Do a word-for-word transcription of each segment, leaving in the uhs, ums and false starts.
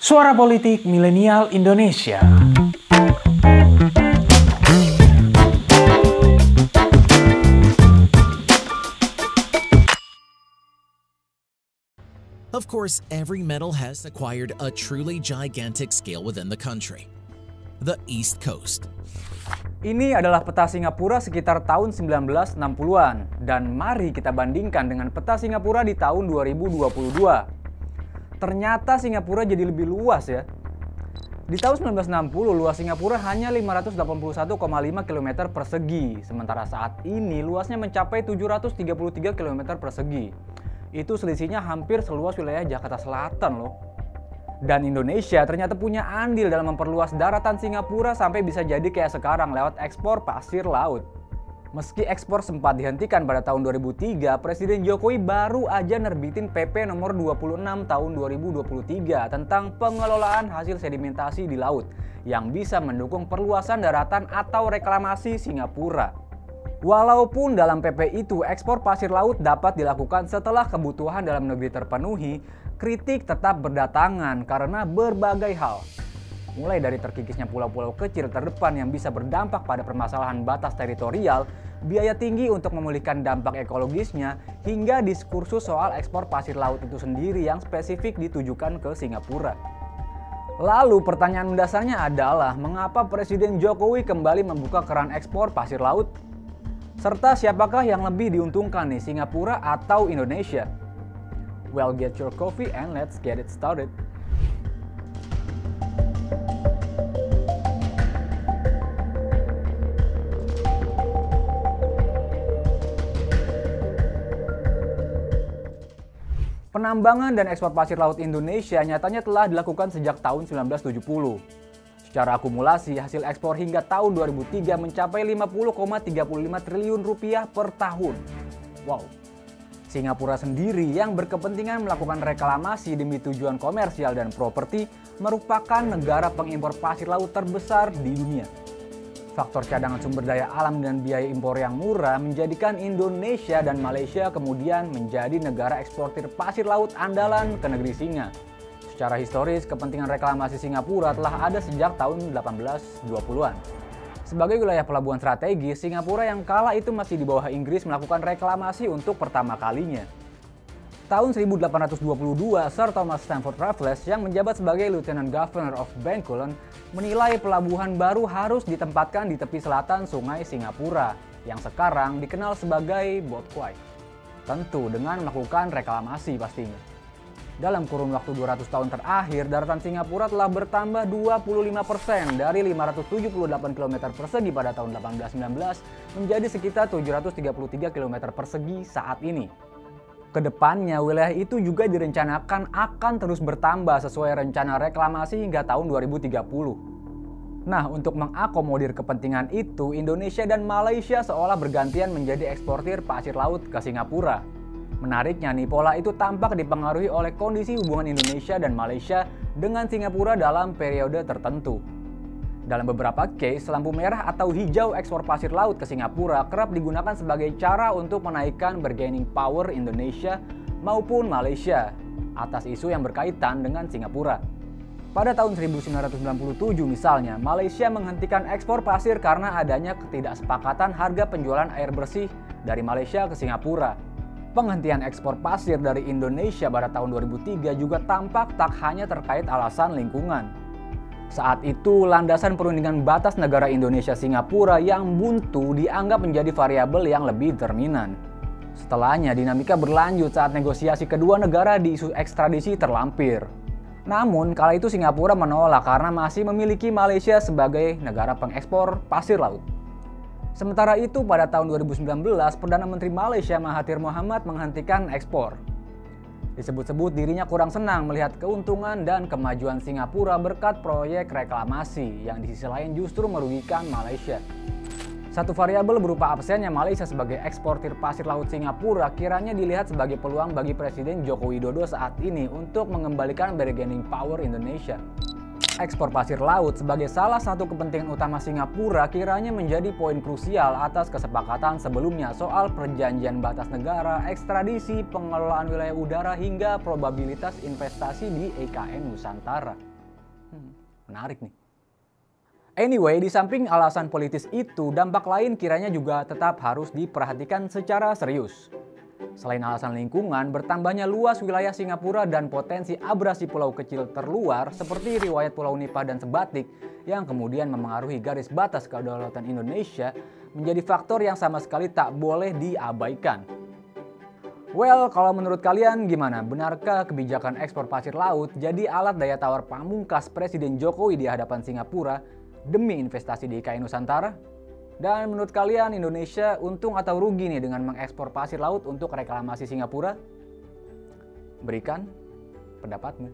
Suara Politik Milenial Indonesia. Of course, every medal has acquired a truly gigantic scale within the country, the East Coast. Ini adalah peta Singapura sekitar tahun sembilan belas enam puluhan, dan mari kita bandingkan dengan peta Singapura di tahun dua ribu dua puluh dua. Ternyata Singapura jadi lebih luas ya. Di tahun sembilan belas enam puluh, luas Singapura hanya lima ratus delapan puluh satu koma lima kilometer persegi, sementara saat ini luasnya mencapai tujuh ratus tiga puluh tiga kilometer persegi. Itu selisihnya hampir seluas wilayah Jakarta Selatan loh. Dan Indonesia ternyata punya andil dalam memperluas daratan Singapura sampai bisa jadi kayak sekarang lewat ekspor pasir laut. Meski ekspor sempat dihentikan pada tahun dua ribu tiga, Presiden Jokowi baru aja nerbitin P P nomor dua puluh enam tahun dua ribu dua puluh tiga tentang pengelolaan hasil sedimentasi di laut yang bisa mendukung perluasan daratan atau reklamasi Singapura. Walaupun dalam P P itu ekspor pasir laut dapat dilakukan setelah kebutuhan dalam negeri terpenuhi, kritik tetap berdatangan karena berbagai hal. Mulai dari terkikisnya pulau-pulau kecil terdepan yang bisa berdampak pada permasalahan batas teritorial, biaya tinggi untuk memulihkan dampak ekologisnya, hingga diskursus soal ekspor pasir laut itu sendiri yang spesifik ditujukan ke Singapura. Lalu pertanyaan mendasarnya adalah mengapa Presiden Jokowi kembali membuka keran ekspor pasir laut? Serta siapakah yang lebih diuntungkan nih, Singapura atau Indonesia? Well, get your coffee and let's get it started. Penambangan dan ekspor pasir laut Indonesia nyatanya telah dilakukan sejak tahun sembilan belas tujuh puluh. Secara akumulasi, hasil ekspor hingga tahun dua ribu tiga mencapai lima puluh koma tiga puluh lima triliun rupiah per tahun. Wow. Singapura sendiri yang berkepentingan melakukan reklamasi demi tujuan komersial dan properti merupakan negara pengimpor pasir laut terbesar di dunia. Faktor cadangan sumber daya alam dan biaya impor yang murah menjadikan Indonesia dan Malaysia kemudian menjadi negara eksportir pasir laut andalan ke negeri Singa. Secara historis, kepentingan reklamasi Singapura telah ada sejak tahun delapan belas dua puluhan. Sebagai wilayah pelabuhan strategis, Singapura yang kala itu masih di bawah Inggris melakukan reklamasi untuk pertama kalinya. Tahun seribu delapan ratus dua puluh dua, Sir Thomas Stamford Raffles yang menjabat sebagai Lieutenant Governor of Bencoolen menilai pelabuhan baru harus ditempatkan di tepi selatan Sungai Singapura yang sekarang dikenal sebagai Boat Quay. Tentu dengan melakukan reklamasi pastinya. Dalam kurun waktu dua ratus tahun terakhir, daratan Singapura telah bertambah dua puluh lima persen dari lima ratus tujuh puluh delapan kilometer persegi pada tahun delapan belas sembilan belas menjadi sekitar tujuh ratus tiga puluh tiga kilometer persegi saat ini. Kedepannya, wilayah itu juga direncanakan akan terus bertambah sesuai rencana reklamasi hingga tahun dua ribu tiga puluh. Nah, untuk mengakomodir kepentingan itu, Indonesia dan Malaysia seolah bergantian menjadi eksportir pasir laut ke Singapura. Menariknya nih, pola itu tampak dipengaruhi oleh kondisi hubungan Indonesia dan Malaysia dengan Singapura dalam periode tertentu. Dalam beberapa case, lampu merah atau hijau ekspor pasir laut ke Singapura kerap digunakan sebagai cara untuk menaikkan bargaining power Indonesia maupun Malaysia atas isu yang berkaitan dengan Singapura. Pada tahun seribu sembilan ratus sembilan puluh tujuh misalnya, Malaysia menghentikan ekspor pasir karena adanya ketidaksepakatan harga penjualan air bersih dari Malaysia ke Singapura. Penghentian ekspor pasir dari Indonesia pada tahun dua ribu tiga juga tampak tak hanya terkait alasan lingkungan. Saat itu, landasan perundingan batas negara Indonesia-Singapura yang buntu dianggap menjadi variabel yang lebih determinan. Setelahnya, dinamika berlanjut saat negosiasi kedua negara di isu ekstradisi terlampir. Namun, kala itu Singapura menolak karena masih memiliki Malaysia sebagai negara pengekspor pasir laut. Sementara itu, pada tahun dua ribu sembilan belas, Perdana Menteri Malaysia Mahathir Mohamad menghentikan ekspor. Disebut-sebut dirinya kurang senang melihat keuntungan dan kemajuan Singapura berkat proyek reklamasi yang di sisi lain justru merugikan Malaysia. Satu variabel berupa absennya Malaysia sebagai eksportir pasir laut Singapura kiranya dilihat sebagai peluang bagi Presiden Joko Widodo saat ini untuk mengembalikan bargaining power Indonesia. Ekspor pasir laut sebagai salah satu kepentingan utama Singapura kiranya menjadi poin krusial atas kesepakatan sebelumnya soal perjanjian batas negara, ekstradisi, pengelolaan wilayah udara hingga probabilitas investasi di E K N Nusantara. Hmm, menarik nih. Anyway, di samping alasan politis itu, dampak lain kiranya juga tetap harus diperhatikan secara serius. Selain alasan lingkungan, bertambahnya luas wilayah Singapura dan potensi abrasi pulau kecil terluar seperti riwayat Pulau Nipah dan Sebatik yang kemudian memengaruhi garis batas kedaulatan Indonesia menjadi faktor yang sama sekali tak boleh diabaikan. Well, kalau menurut kalian gimana? Benarkah kebijakan ekspor pasir laut jadi alat daya tawar pamungkas Presiden Jokowi di hadapan Singapura demi investasi di I K I Nusantara? Dan menurut kalian Indonesia untung atau rugi nih dengan mengekspor pasir laut untuk reklamasi Singapura? Berikan pendapatmu.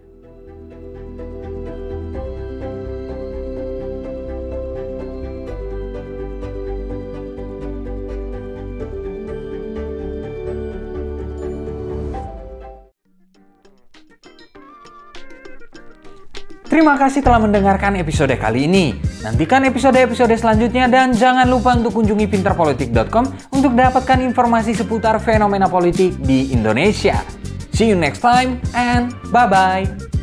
Terima kasih telah mendengarkan episode kali ini. Nantikan episode-episode selanjutnya dan jangan lupa untuk kunjungi pinterpolitik dot com untuk dapatkan informasi seputar fenomena politik di Indonesia. See you next time and bye-bye.